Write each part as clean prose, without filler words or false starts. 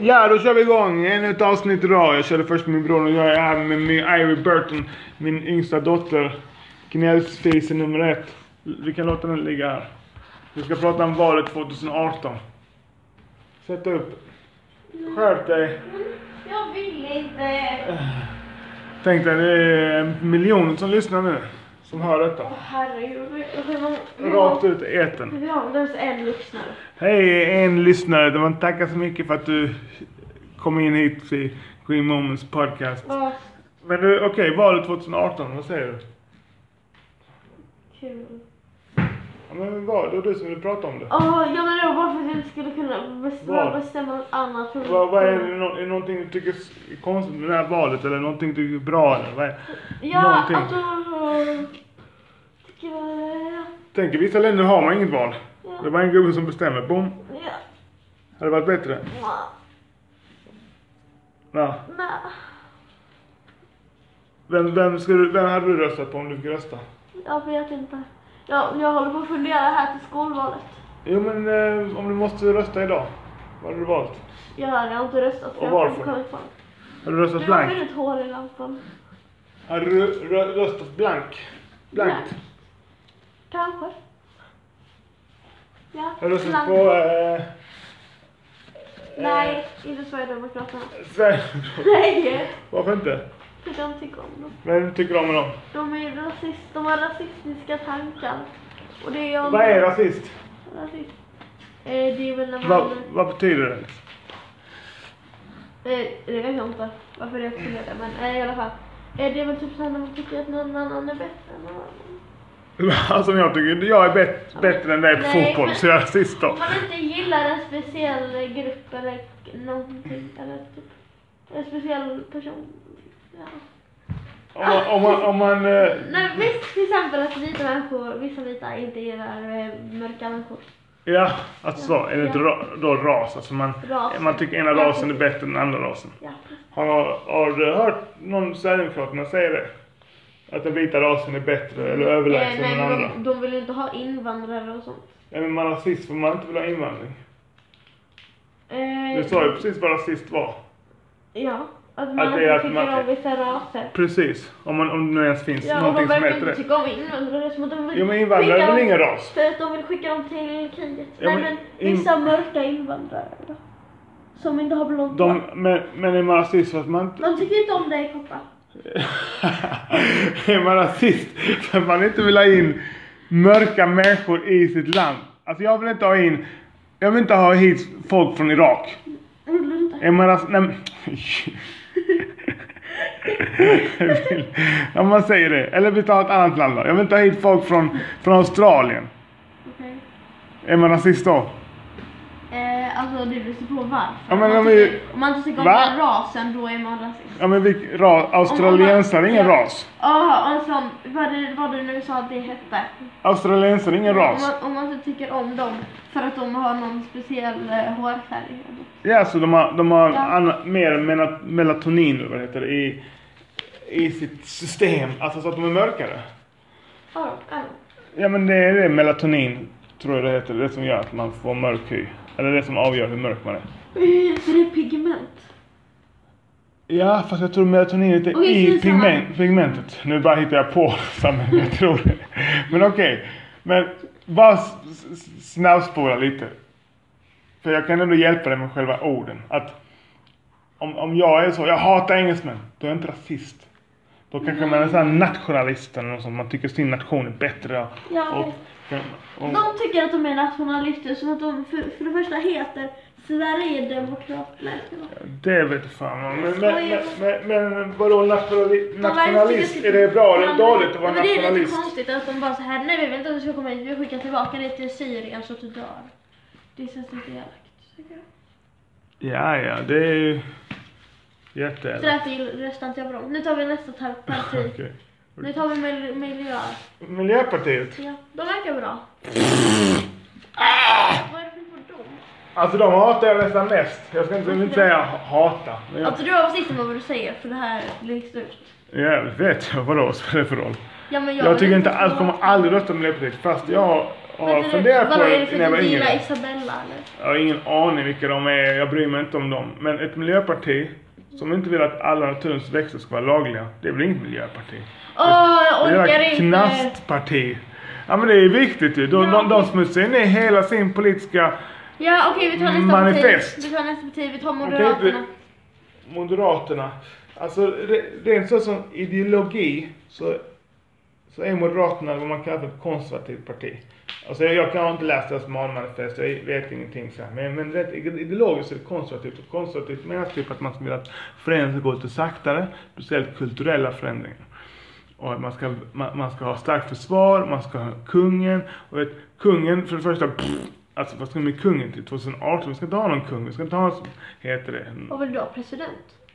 Ja, då kör vi igång. Ett avsnitt idag. Jag körde först med min bror och jag är här med min Ivy Burton, min yngsta dotter. Gnällsfisen nummer 1. Vi kan låta den ligga här. Vi ska prata om valet 2018. Sätt upp. Skärp dig. Jag vill inte. Tänk dig, det är 1 miljon som lyssnar nu. Som hör detta. Herregud. Rakt ut i etern. Vi har ens en lyssnare. Hej, en lyssnare. Man tackar så mycket för att du kom in hit till Green Moments podcast. Men du, okej, valet 2018, vad säger du? Kul. Ja, men vad? Det är du som vill prata om det. Ja men det var bara för att jag inte skulle kunna bestämma något annat. Vad är det, någonting du tycker är konstigt med det här valet? Eller någonting du tycker är bra? Eller vad är Ja, någonting? alltså... Tycker jag... Tänk, i vissa länder har man inget val. Ja. Det var en gubbe som bestämmer. Boom. Ja. Hade det varit bättre? Ja. Nej. Vem hade du röstat på om du fick rösta? Jag vet inte. Jag håller på att fundera här till skolvalet. Jo, men om du måste rösta idag, vad hade du valt? Jag har inte röstat. Och varför? Har du röstat Du har blank? väldigt hår i lampan. Har du röstat blankt? Nej. Kanske. Ja, Har du röstat blank. på... Nej, inte Sverigedemokraterna. Sverigedemokraterna? Nej, Varför inte? för de tycker om dem. Vem tycker om dem? De har rasistiska tankar. Och det är Vad är rasist? Rasist. Det är väl när man... Vad betyder det? Det vet jag inte varför det skulle det, men i alla fall. Det är väl typ så när man tycker att någon annan är bättre än någon annan. Alltså jag tycker jag är bättre än dig på fotboll, men, så jag är rasist då. Om man inte gillar en speciell grupp eller någonting, eller typ en speciell person. Ja. Om man Nej, visst, till exempel att vissa vita inte gillar mörka människor. ja, alltså så, är det inte då ras? Alltså man tycker ena rasen är bättre än den andra rasen. Ja. Har du hört någon Sverigedemokraterna säga det? Att den vita rasen är bättre eller överlägsen än den andra? De vill inte ha invandrare och sånt. Ja, men man är rasist för man inte vill ha invandring. Det sa ju precis vad rasist var. Ja, att man Att det inte är att tycker man- om vissa raser. Precis, om det nu ens finns Ja, och någonting de som verkar heter inte det. tycka om invandrare som att de vill Jo, men invandrare är skicka väl dem- ingen ras? För att de vill skicka dem till kriget. Ja, Nej, men vissa mörka invandrare då, som inte har blont hår. Men är man rasist för att man inte... De tycker inte om dig, koppa. Är man rasist för att man inte vill ha in mörka människor i sitt land? Alltså jag vill inte ha hit folk från Irak. Vill du inte? Är man rasist? Nej, om man säger det. Eller vi tar ett annat land då. Jag vill inte ha hit folk från Australien. Okej. Är man rasist då? Alltså det beror på varför. Ja, men om man inte tycker om Va? den rasen, då är man rasist. Ja, men australiensare är ingen ras. Ja, och sån, vad du nu sa att det hette. Australiensare är ingen ras. Om man inte tycker om dem för att de har någon speciell hårfärg. Ja, så de har Ja. mer melatonin eller vad det heter, i sitt system. Alltså så att de är mörkare. Ja. Ja, men det är det melatonin, tror jag det heter. Det som gör att man får mörk hy. Eller det som avgör hur mörk man är. För det är pigment. Ja, fast jag tror melatonin är Okej, i pigmentet. Nu bara hittar jag på samman, jag tror det. Men okej. Men bara snabbspola lite. För jag kan ändå hjälpa dig med själva orden. Att om jag är så, jag hatar engelsmän, då är jag inte rasist. Då kanske man är sån här nationalist eller något sånt. Man tycker sin nation är bättre. Ja, de tycker att de är nationalister, som att de för det första heter Sverigedemokraterna. det vet jag fan. Men vadå nationalist? Är det bra eller dåligt att vara men det är nationalist? lite konstigt att de bara så här: nej, vi vill inte att du ska komma hit, vi skickar tillbaka dig till Syrien så att du dör. Det känns lite elakt, tycker jag. Ja, det är ju Så jätteelakt. därför röstar inte jag på dem. Nu tar vi nästa parti. Okej. Nu tar vi miljö. Miljöpartiet. Ja, de verkar bra. Vad är det för dem? Alltså de hatar jag nästan mest. Jag ska inte säga hata. Men Alltså du har precis vad du säger, för det här läggs ut. jag vet jag, vadå spelar det för roll? Ja, men Jag tycker vill inte alls, kommer aldrig rösta på Miljöpartiet. Fast jag har funderat på vadå, är det för när jag att var du yngre. gillar Isabella eller? Jag har ingen aning vilka de är, jag bryr mig inte om dem. Men ett miljöparti som inte vill att alla naturens växter ska vara lagliga, det är väl inget miljöparti. Jag orkar inte. Knastparti. Ja, men det är viktigt ju. De smutsar ner hela sin politiska Ja, okej, vi tar nästa manifest. parti. Vi tar nästa parti, vi tar Moderaterna. Moderaterna. Alltså, det är en sån som ideologi så är Moderaterna vad man kallar för ett konservativt parti. Alltså jag kan inte läsa deras manifest, jag vet ingenting så här. Men rätt ideologiskt är det konservativt. Och konservativt menar typ att man ska vilja att förändringen ska gå lite saktare, speciellt kulturella förändringar. Och att man ska ha starkt försvar, man ska ha kungen. Och kungen för det första, alltså vad ska vi med kungen till 2018? Vi ska inte ha någon kung, vi ska inte ha, heter det. Vad vill du ha, president?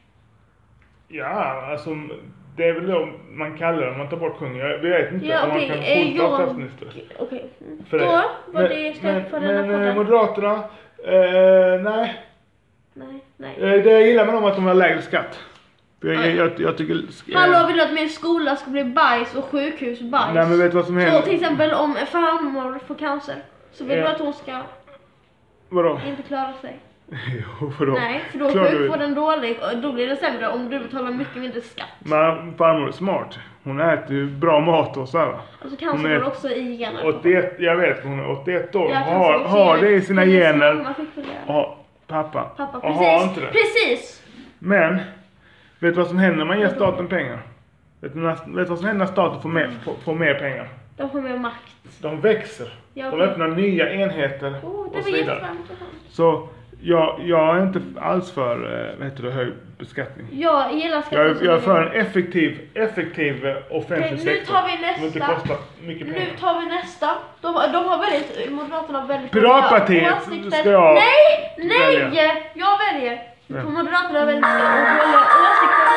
Ja, alltså det är väl då man kallar det om man tar bort kungen. Jag vet inte ja, om man kan fortsätta statsminister. Okej. För då var det istället för den här podden. Moderaterna, nej. Nej. Det jag gillar med dem att de har lägre skatt. Jag tycker... Hallå, vill du att min skola ska bli bajs och sjukhus bajs? Nej, men vet du vad som händer? Så till exempel om farmor får cancer, så vill du att hon ska inte klara sig. Jo, vadå? Nej, för då är sjukvården dålig och då blir det sämre om du betalar mycket mindre skatt. Men farmor är smart. Hon äter ju bra mat och sådär. Alltså cancer går också i gener. 81, jag vet, hon är 81 år. Har det i sina gener. Pappa. Och har inte det. Precis. Men, vet du vad som händer när man ger staten pengar? Vet du vad som händer när staten får mer pengar? De får mer makt. De växer. Ja, de öppnar nya enheter och så vidare. Så jag är inte alls för hög beskattning. Jag gillar skatt. Jag är för en effektiv offentlig sektor. Nu tar vi nästa. Som inte kostar mycket pengar. Nu tar vi nästa. De har väldigt, Moderaterna har väldigt... Piratpartiet ska jag Nej! Jag väljer. För Moderaterna har väldigt dåliga åsikter.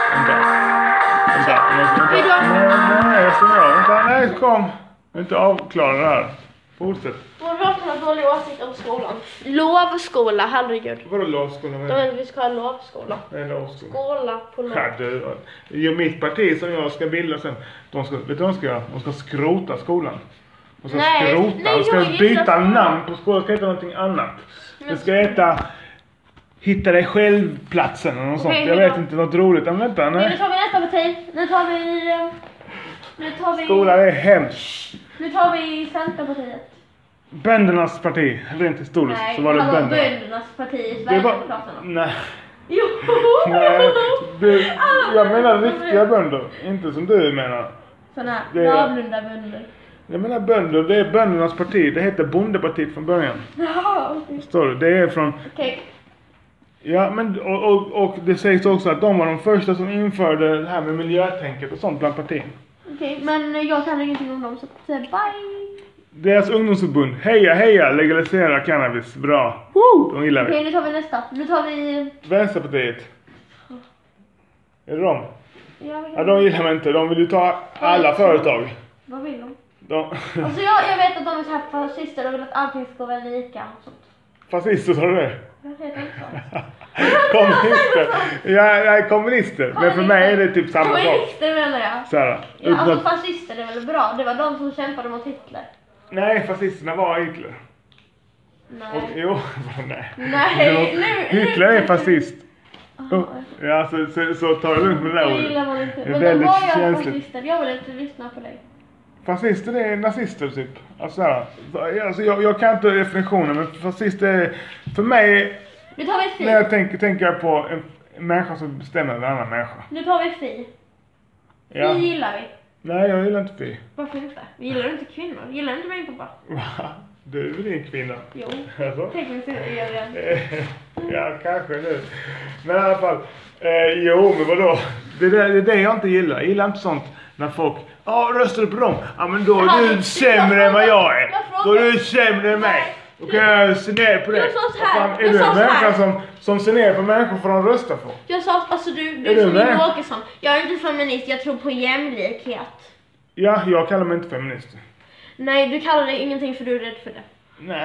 Nej, kom. Jag är inte avklara det här. Fortsätt. Moderaterna har dåliga åsikter om skolan. Lovskola, herregud. Vadå lovskola? De vill att vi ska ha lovskola. Nej, lovskola. Skola på lov. Mitt parti som jag ska bilda sen, vet du vad de ska göra? De ska skrota skolan. De ska byta namn på skolan. Det ska heta någonting annat. Det ska heta Hitta dig själv-platsen eller något sånt. Jag vet inte, något roligt. Men vänta, nej. Nu tar vi nästa parti. Nu tar vi... Skolan är hemskt. Nu tar vi Centerpartiet. Böndernas parti, rent historiskt. Nej, så var det böndernas parti i Sverigedemokraterna. Nej. Jo! Nej, jag menar riktiga bönder. Inte som du menar. Sådana avlunda bönder. Jag menar bönder, det är böndernas parti. Det heter Bondepartiet från början. Jaha, okej. Förstår du? Det är från... Okej. Ja, men och det sägs också att de var de första som införde det här med miljötänket och sånt bland partierna. Okej, men jag kan ingenting om dem så bye! Deras ungdomsförbund, heja, legalisera cannabis, bra. Woo! De gillar det. Okej, nu tar vi nästa. Nu tar vi... Vänsterpartiet. Är det de? Ja, de gillar man inte. De vill ju ta alla företag. Vad vill de? Alltså jag vet att de är så här fascister och vill att allting ska vara lika och sånt. Fascister, sa du det? Jag vet inte. Kommunister. Jag är kommunister. Men för mig är det typ samma sak. Kommunister menar jag. Såhär. Ja, alltså fascister är väl bra. Det var de som kämpade mot Hitler. Nej, fascisterna var Hitler. Nej. Och, jo, nej. Hitler är fascist. Ja, så tar det lugnt med det där ordet. Det gillar man inte. Det är men väldigt vad gör känsligt. fascister? Jag vill inte lyssna på dig. Fascister är nazister typ. Alltså jag kan inte definitionen, men fascister är... För mig... Nu tar vi fi. När jag tänker på en människa som bestämmer över en annan människa. Nu tar vi fi. Ja. Fi gillar vi. Nej, jag gillar inte fi. Varför inte? Vi gillar inte kvinnor. Gillar inte mig pappa? Va? Du är väl en kvinna? Jo. Alltså? Tekniskt är jag Ja, kanske nu. Men i alla fall. Jo, men vadå? Det är det jag inte gillar. Jag gillar inte sånt när folk... röstar du på dem? Ja, men då är du sämre än vad jag är. Då är du sämre än mig. Då kan jag se ner på det. Är du en människa som ser ner på människor för de röstar på? Jag sa, alltså du är som Jimmie Åkesson. Jag är inte feminist, jag tror på jämlikhet. Ja, jag kallar mig inte feminist. Nej, du kallar det ingenting för du är rädd för det.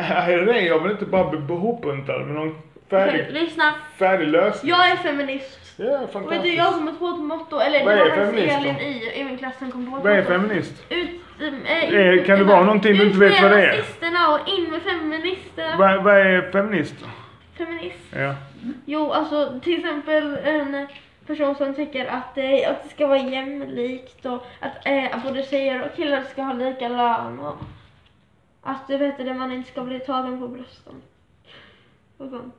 Nej, jag vill inte bara bli behoppuntad med någon färdig lösning. Jag är feminist. Ja, Och vet fantastiskt. du, jag kommer på motto, eller Vad det är var faktiskt feminist Elin i min klass som kom på ett Vad är motto. feminist? Ut, Kan det vara någonting du inte vet vad det är? rasisterna och in med feminister. Vad är feminist då? Feminist. Ja. Jo, alltså till exempel en person som tycker att det ska vara jämlikt och att både tjejer och killar ska ha lika lön och att du vet det, man inte ska bli tagen på brösten. Och sånt.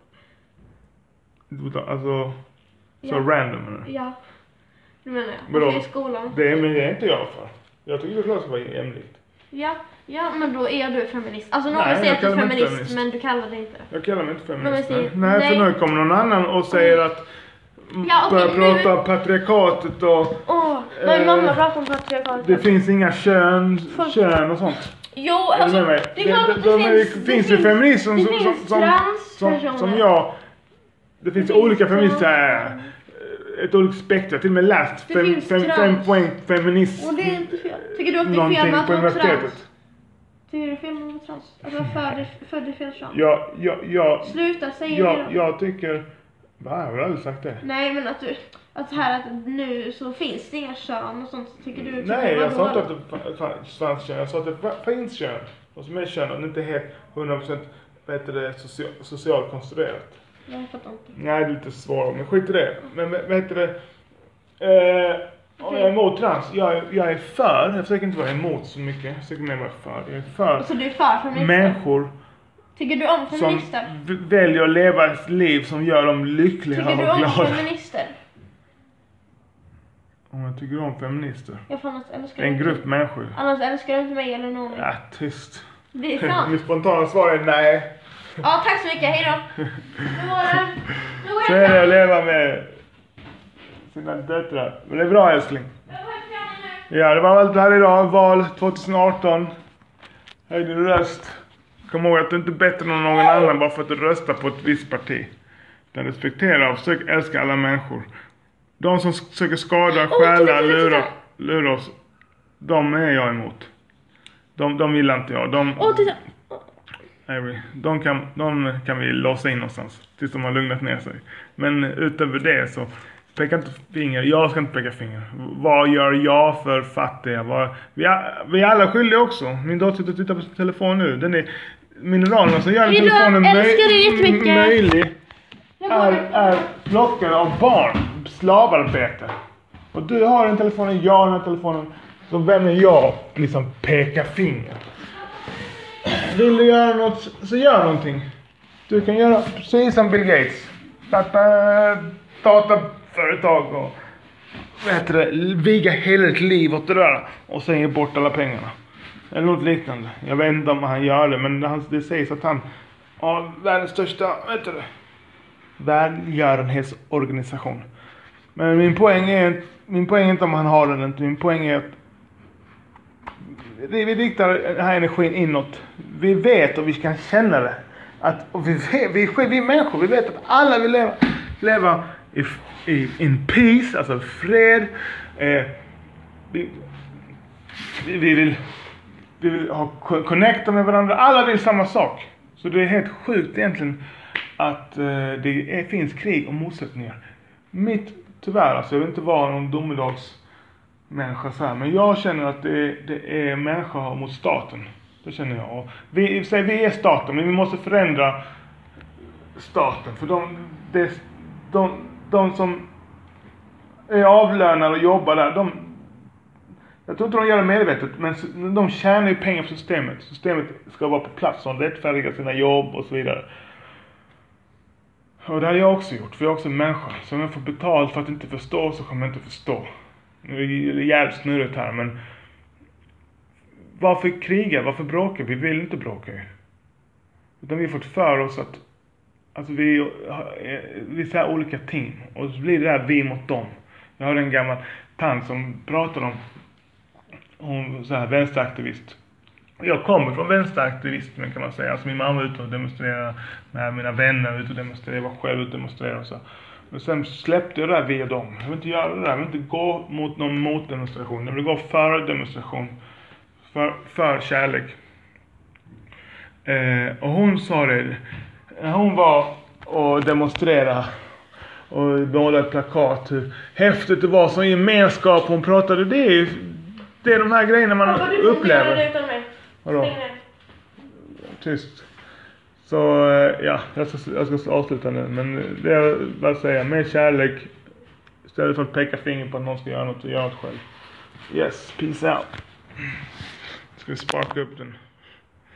Alltså, så Ja. random eller? Ja, det menar jag. Vadå? Och i skolan. Det är inte jag för. Jag tycker det ska vara jämlikt. Ja, men då är du feminist. Alltså någon Nej, säger jag att du är kallar mig inte feminist, feminist. men du kallar det inte. Jag kallar mig inte feminist. Men jag säger- Nej, för nu kommer någon annan och säger att Ja, okej, börjar nu- prata om patriarkatet och Min mamma pratar om patriarkatet. det finns inga kön och sånt. Jo, Är du alltså, med mig? det är klart att det finns ju feminister det finns transpersoner. som jag. Det finns Det olika finns feminister här. Ett olika spektra. Till och med läst Det finns trans. poäng feminist. Och det är inte fel. Tycker du att det är Någonting fel med att på vara trans? universitetet. Tycker du det är fel med att vara trans? Att vara född i fel kön? Sluta säga det då. Jag tycker... Va, jag har aldrig sagt det. Nej, men att nu så finns det inga kön och sånt. Tycker du? Nej, jag sa inte att det fanns kön. Jag sa att det finns kön. Och som är kön och det inte är helt 100% socialt konstruerat. Jag fattar inte. Nej, det är lite svårt, men skit i det. Men vad heter det? Om jag är emot trans, jag är för, jag försöker inte vara emot så mycket. Jag försöker mer vara för. Jag är för Så du är för feminister? människor Tycker du om som feminister? väljer att leva ett liv som gör dem lyckliga Tycker och du om glada. feminister? Om jag tycker om feminister. Jag får annars älskar Det är en du grupp människor. Annars älskar du inte mig eller någon. Ja, tyst. Det är sant. Mitt spontana svar är nej. Ja, tack så mycket. Hejdå. Nu går Så är det att leva med sina döttrar. Men det är bra, älskling. Ja, det var allt här idag. Val 2018. Höj din röst. Kom ihåg att du inte är bättre än någon annan bara för att du röstar på ett visst parti. Utan respektera och försök älska alla människor. De som försöker skada, stjäla, lura oss. De är jag emot. De vill inte jag. titta. De kan vi låsa in någonstans tills de har lugnat ner sig. Men utöver det så peka inte finger. Jag ska inte peka finger. Vad gör jag för fattiga? Vi är alla skyldiga också. Min dotter tittar på sin telefon nu. Den är mineralerna som gör telefonen möjlig. Är plockade av barn. Slavarbete. Och du har en telefon, jag har den här telefonen. Så vem är jag liksom peka finger? Vill du göra något så gör någonting. Du kan göra precis som Bill Gates. Starta dataföretag och viga hela ditt liv åt det där. Och sen ge bort alla pengarna. Eller något liknande. Jag vet inte om han gör det, men det sägs att han har världens största välgörenhetsorganisation. Men min poäng är inte om han har den inte. Min poäng är att vi riktar den här energin inåt. Vi vet och vi kan känna det. Och vi människor, vi vet att alla vill leva in peace, alltså fred. Vi vill ha connecta med varandra. Alla vill samma sak. Så det är helt sjukt egentligen att det finns krig och motsättningar. Tyvärr, alltså jag vill inte vara någon domedagsmänniska så här, men jag känner att det är människor mot staten. Det känner jag. Och vi är staten, men vi måste förändra staten. För de som är avlönade och jobbar där, jag tror inte de gör det medvetet, men de tjänar ju pengar på systemet. Systemet ska vara på plats och rättfärdiga sina jobb och så vidare. Och det har jag också gjort, för jag är också en människa. Så om jag får betalt för att inte förstå så kommer jag inte förstå. Nu är det jävligt snurrigt här, men varför kriga? Varför bråka? Vi vill inte bråka ju. Utan vi har fått för oss att alltså vi är så här olika team. Och så blir det här vi mot dem. Jag har en gammal tant som pratar om, hon så här vänsteraktivist. Jag kommer från vänsteraktivismen kan man säga. Alltså min mamma var ute och demonstrerade med mina vänner, ute och demonstrerade, jag var själv ute och demonstrerade och så. Men sen släppte jag det där via dem. Jag vill inte göra det där, jag vill inte gå mot någon motdemonstration. Jag vill gå för demonstration. För kärlek. Och hon sa det, när hon var och demonstrerade och måla ett plakat. Hur häftigt det var som gemenskap hon pratade. Det är de här grejerna man upplever. Det utan mig. Vadå? Tyst. Så ja, jag ska avsluta nu. Men det är vad säga, med kärlek istället för att peka finger på att någon ska göra något själv. Yes, peace out. Ska vi sparka upp den.